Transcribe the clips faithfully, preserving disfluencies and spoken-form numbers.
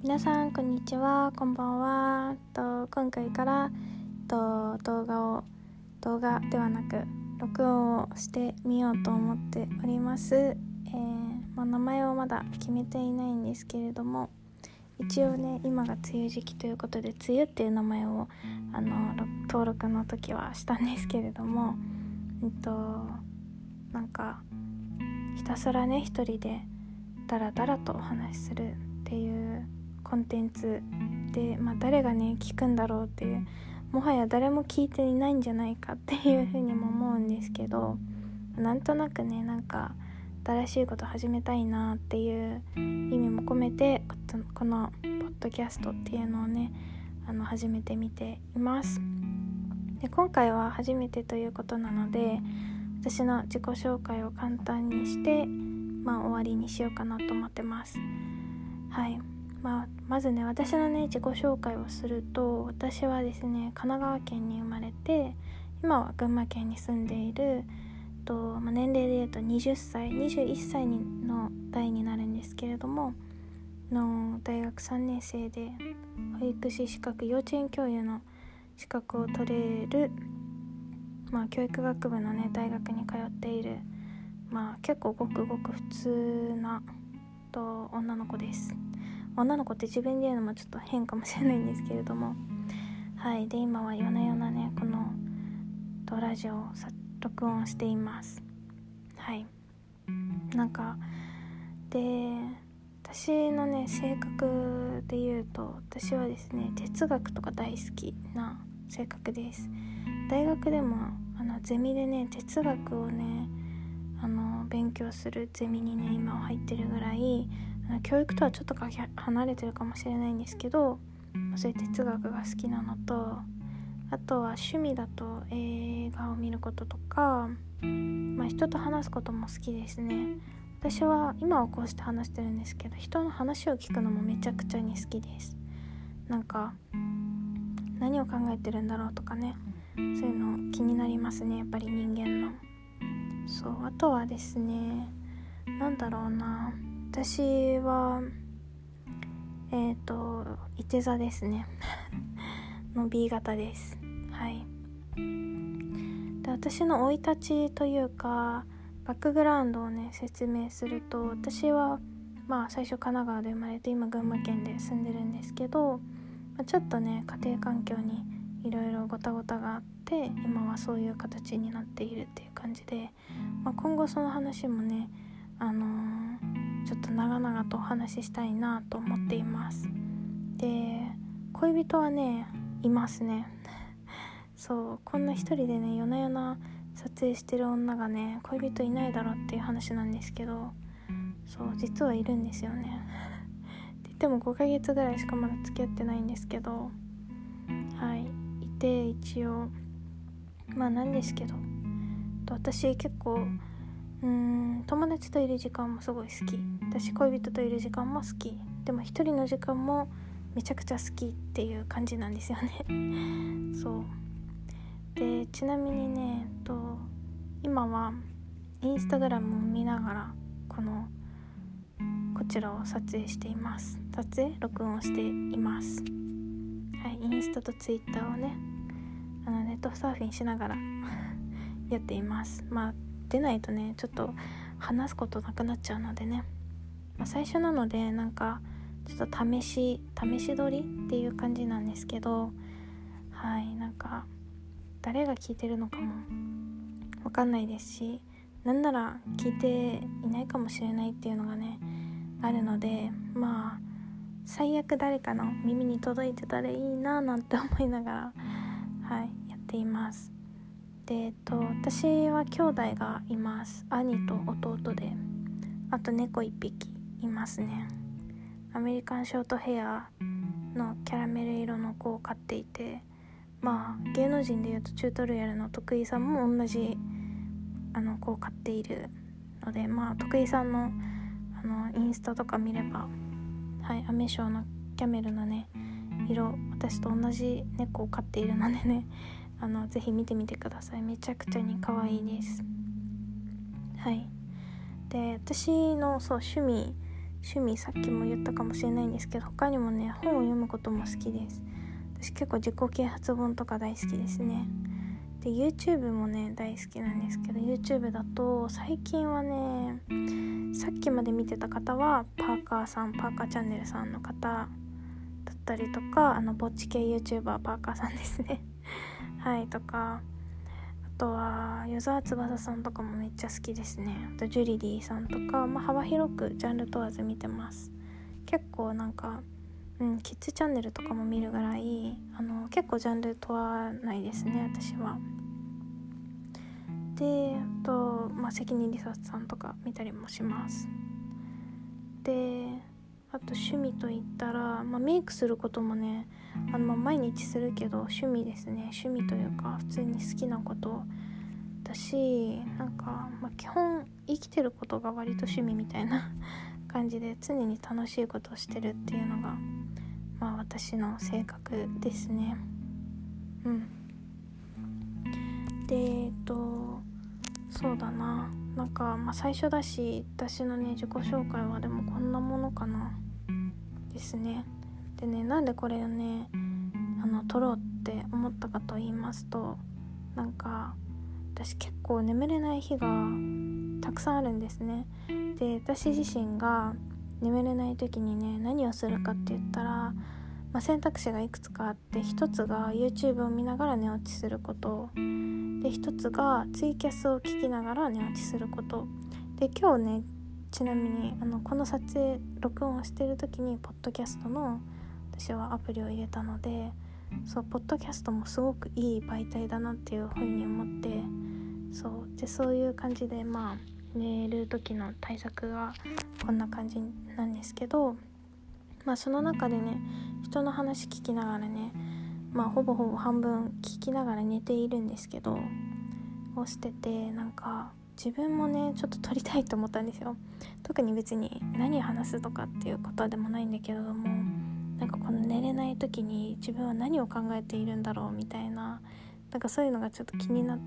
皆さんこんにちは、こんばんは。と今回からと動画を動画ではなく録音をしてみようと思っております。えーまあ、名前をまだ決めていないんですけれども、一応ね今が梅雨時期ということで梅雨っていう名前をあの登録の時はしたんですけれども、えっとなんかひたすらね一人でダラダラとお話しするっていうコンテンツで、まあ、誰がね聞くんだろうっていう、もはや誰も聞いていないんじゃないかっていうふうにも思うんですけど、なんとなくねなんか新しいこと始めたいなっていう意味も込めてこのポッドキャストっていうのをねあの始めてみています。で今回は初めてということなので、私の自己紹介を簡単にしてまあ終わりにしようかなと思ってます。はい、まあ、まずね私のね自己紹介をすると、私はですね神奈川県に生まれて今は群馬県に住んでいると、まあ、年齢でいうとにじゅっさいにじゅういっさいの代になるんですけれどもの大学さんねん生で、保育士資格幼稚園教諭の資格を取れる、まあ、教育学部のね大学に通っている、まあ、結構ごくごく普通なと女の子です。女の子って自分で言うのもちょっと変かもしれないんですけれども、はい。で今は夜な夜なねこのとラジオを録音しています。はい。なんかで私のね性格で言うと、私はですね哲学とか大好きな性格です。大学でもあのゼミでね哲学をねあの勉強するゼミにね今は入ってるぐらい、教育とはちょっとか離れてるかもしれないんですけど、そういう哲学が好きなのと、あとは趣味だと映画を見ることとか、まあ、人と話すことも好きですね。私は今はこうして話してるんですけど、人の話を聞くのもめちゃくちゃに好きです。なんか何を考えてるんだろうとかね、そういうの気になりますね、やっぱり人間の。そう、あとはですねなんだろうな、私はえっといて座ですねの ビー 型です。はい。で私の生い立ちというかバックグラウンドをね説明すると、私はまあ最初神奈川で生まれて今群馬県で住んでるんですけど、まあ、ちょっとね家庭環境にいろいろごたごたがあって今はそういう形になっているっていう感じで、まあ、今後その話もねあのー、ちょっと長々とお話ししたいなと思っています。で恋人はねいますねそう、こんな一人でね夜な夜な撮影してる女がね恋人いないだろっていう話なんですけど、そう実はいるんですよねって言ってもごかげつぐらいしかまだ付き合ってないんですけど、はいいて、一応まあなんですけど、私結構うーん友達といる時間もすごい好き、私恋人といる時間も好き、でも一人の時間もめちゃくちゃ好きっていう感じなんですよねそうで、ちなみにねと今はインスタグラムを見ながらこのこちらを撮影しています撮影録音をしています。はい、インスタとツイッターをねあのネットサーフィンしながらやっています。まあ出ないとねちょっと話すことなくなっちゃうのでね、まあ、最初なのでなんかちょっと試し試し撮りっていう感じなんですけど、はい、なんか誰が聞いてるのかもわかんないですし、なんなら聞いていないかもしれないっていうのがねあるので、まあ最悪誰かの耳に届いてたらいいななんて思いながら、はい、やっています。で、えっと、私は兄弟がいます。兄と弟で、あと猫いっぴきいますね。アメリカンショートヘアのキャラメル色の子を飼っていて、まあ芸能人でいうとチュートリアルの徳井さんも同じあの子を飼っているので、まあ徳井さんのあのインスタとか見れば、はい、アメショーのキャメルのね色、私と同じ猫を飼っているのでねあのぜひ見てみてください。めちゃくちゃに可愛いです。はい。で私のそう趣味趣味さっきも言ったかもしれないんですけど、他にもね本を読むことも好きです。私結構自己啓発本とか大好きですね。で YouTube もね大好きなんですけど、 YouTube だと最近はね、さっきまで見てた方はパーカーさん、パーカーチャンネルさんの方だったりとか、あのぼっち系 YouTuber パーカーさんですねはいとか、あとは与沢翼さんとかもめっちゃ好きですね。あとジュリディさんとか、まあ、幅広くジャンル問わず見てます。結構なんか、うん、キッズチャンネルとかも見るぐらい、あの結構ジャンル問わないですね私は。であと、まあ、責任リサさんとか見たりもします。であと趣味といったら、まあ、メイクすることもね、あの、まあ、毎日するけど趣味ですね。趣味というか普通に好きなことだし、なんか、まあ、基本生きてることが割と趣味みたいな感じで、常に楽しいことをしてるっていうのが、まあ、私の性格ですね。うんでえっとそうだな、なんか、まあ、最初だし私のね自己紹介はでもこんなものかなですね。でね、なんでこれをねあの撮ろうって思ったかと言いますと、なんか私結構眠れない日がたくさんあるんですね。で私自身が眠れない時にね何をするかって言ったら、まあ、選択肢がいくつかあって、一つが YouTube を見ながら寝落ちすることで、一つがツイキャスを聞きながら寝落ちすることで、今日ねちなみにあのこの撮影録音をしている時にポッドキャストの私はアプリを入れたので、そうポッドキャストもすごくいい媒体だなっていうふうに思って、そうでそういう感じで、まあ寝る時の対策がこんな感じなんですけど、まあその中でね人の話聞きながらね、まあほぼほぼ半分聞きながら寝ているんですけど、をしてて、なんか自分もねちょっと撮りたいと思ったんですよ。特に別に何話すとかっていうことでもないんだけれども、なんかこの寝れない時に自分は何を考えているんだろうみたいな、なんかそういうのがちょっと気になって、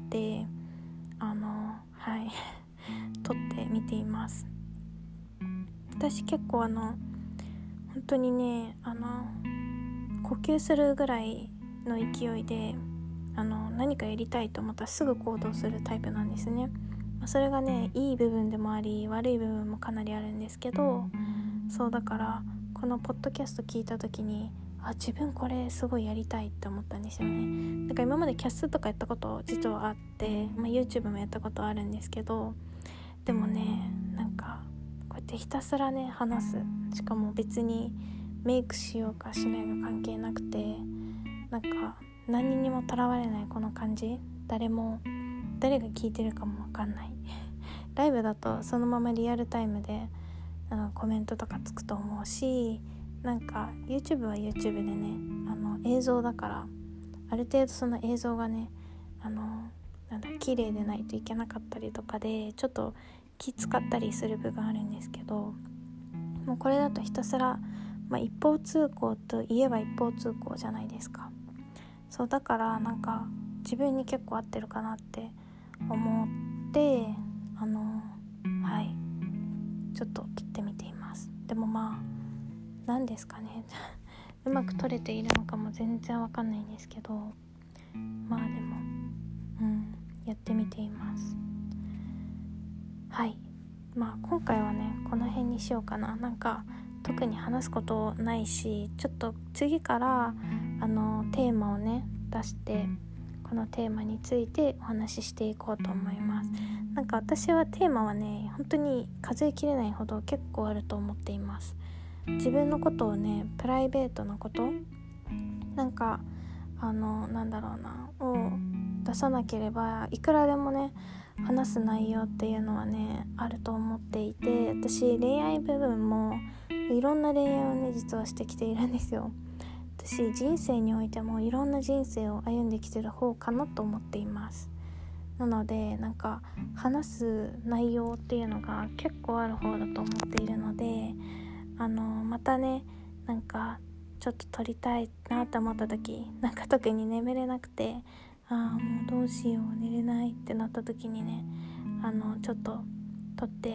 あのはい撮ってみています。私結構あの本当にねあの呼吸するぐらいの勢いであの何かやりたいと思ったらすぐ行動するタイプなんですね。それがねいい部分でもあり悪い部分もかなりあるんですけど、そうだからこのポッドキャスト聞いた時に、あ自分これすごいやりたいって思ったんですよね。なんか今までキャスとかやったこと実はあって、まあ、YouTube もやったことあるんですけど、でもねなんかこうやってひたすらね話す、しかも別にメイクしようかしないが関係なくて、なんか何にもとらわれないこの感じ、誰も誰が聞いてるかも分かんないライブだとそのままリアルタイムであのコメントとかつくと思うし、なんか YouTube は YouTube でねあの映像だから、ある程度その映像がねあのなんだ綺麗でないといけなかったりとかでちょっと気使ったりする部分あるんですけど、もうこれだとひたすら、まあ、一方通行といえば一方通行じゃないですか。そうだからなんか自分に結構合ってるかなって思って、あのはいちょっと撮ってみています。でもまあ何ですかねうまく撮れているのかも全然わかんないんですけど、まあでもうんやってみています。はい、まあ今回はねこの辺にしようかな。なんか特に話すことないし、ちょっと次からあのテーマをね出してこのテーマについてお話ししていこうと思います。なんか私はテーマはね本当に数えきれないほど結構あると思っています。自分のことをねプライベートなことなんかあのなんだろうなを出さなければいくらでもね話す内容っていうのはねあると思っていて、私恋愛部分もいろんな恋愛をね実はしてきているんですよ。私人生においてもいろんな人生を歩んできてる方かなと思っています。なのでなんか話す内容っていうのが結構ある方だと思っているので、あのまたねなんかちょっと撮りたいなって思った時、なんか特に眠れなくてあーもうどうしよう寝れないってなった時にねあのちょっと撮って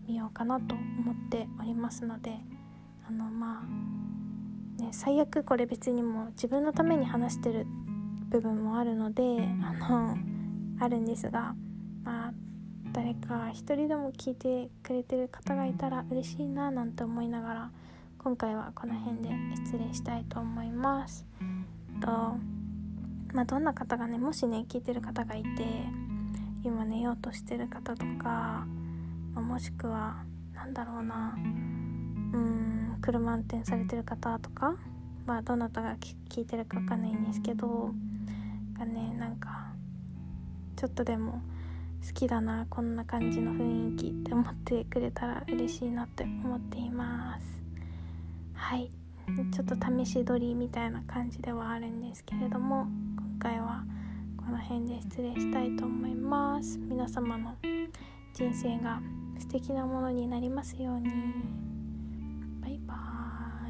みようかなと思っておりますので、あのまあね、最悪これ別にもう自分のために話してる部分もあるのであのあるんですが、まあ誰か一人でも聞いてくれてる方がいたら嬉しいななんて思いながら、今回はこの辺で失礼したいと思います。とまあ、どんな方がね、もしね聞いてる方がいて、今寝ようとしてる方とか、まあ、もしくはなんだろうなうーん車運転されてる方とか、まあ、どなたが聞いてるかわかんないんですけどがね、なんかちょっとでも好きだなこんな感じの雰囲気って思ってくれたら嬉しいなって思っています。はい、ちょっと試し撮りみたいな感じではあるんですけれども、今回はこの辺で失礼したいと思います。皆様の人生が素敵なものになりますように。バイバーイ。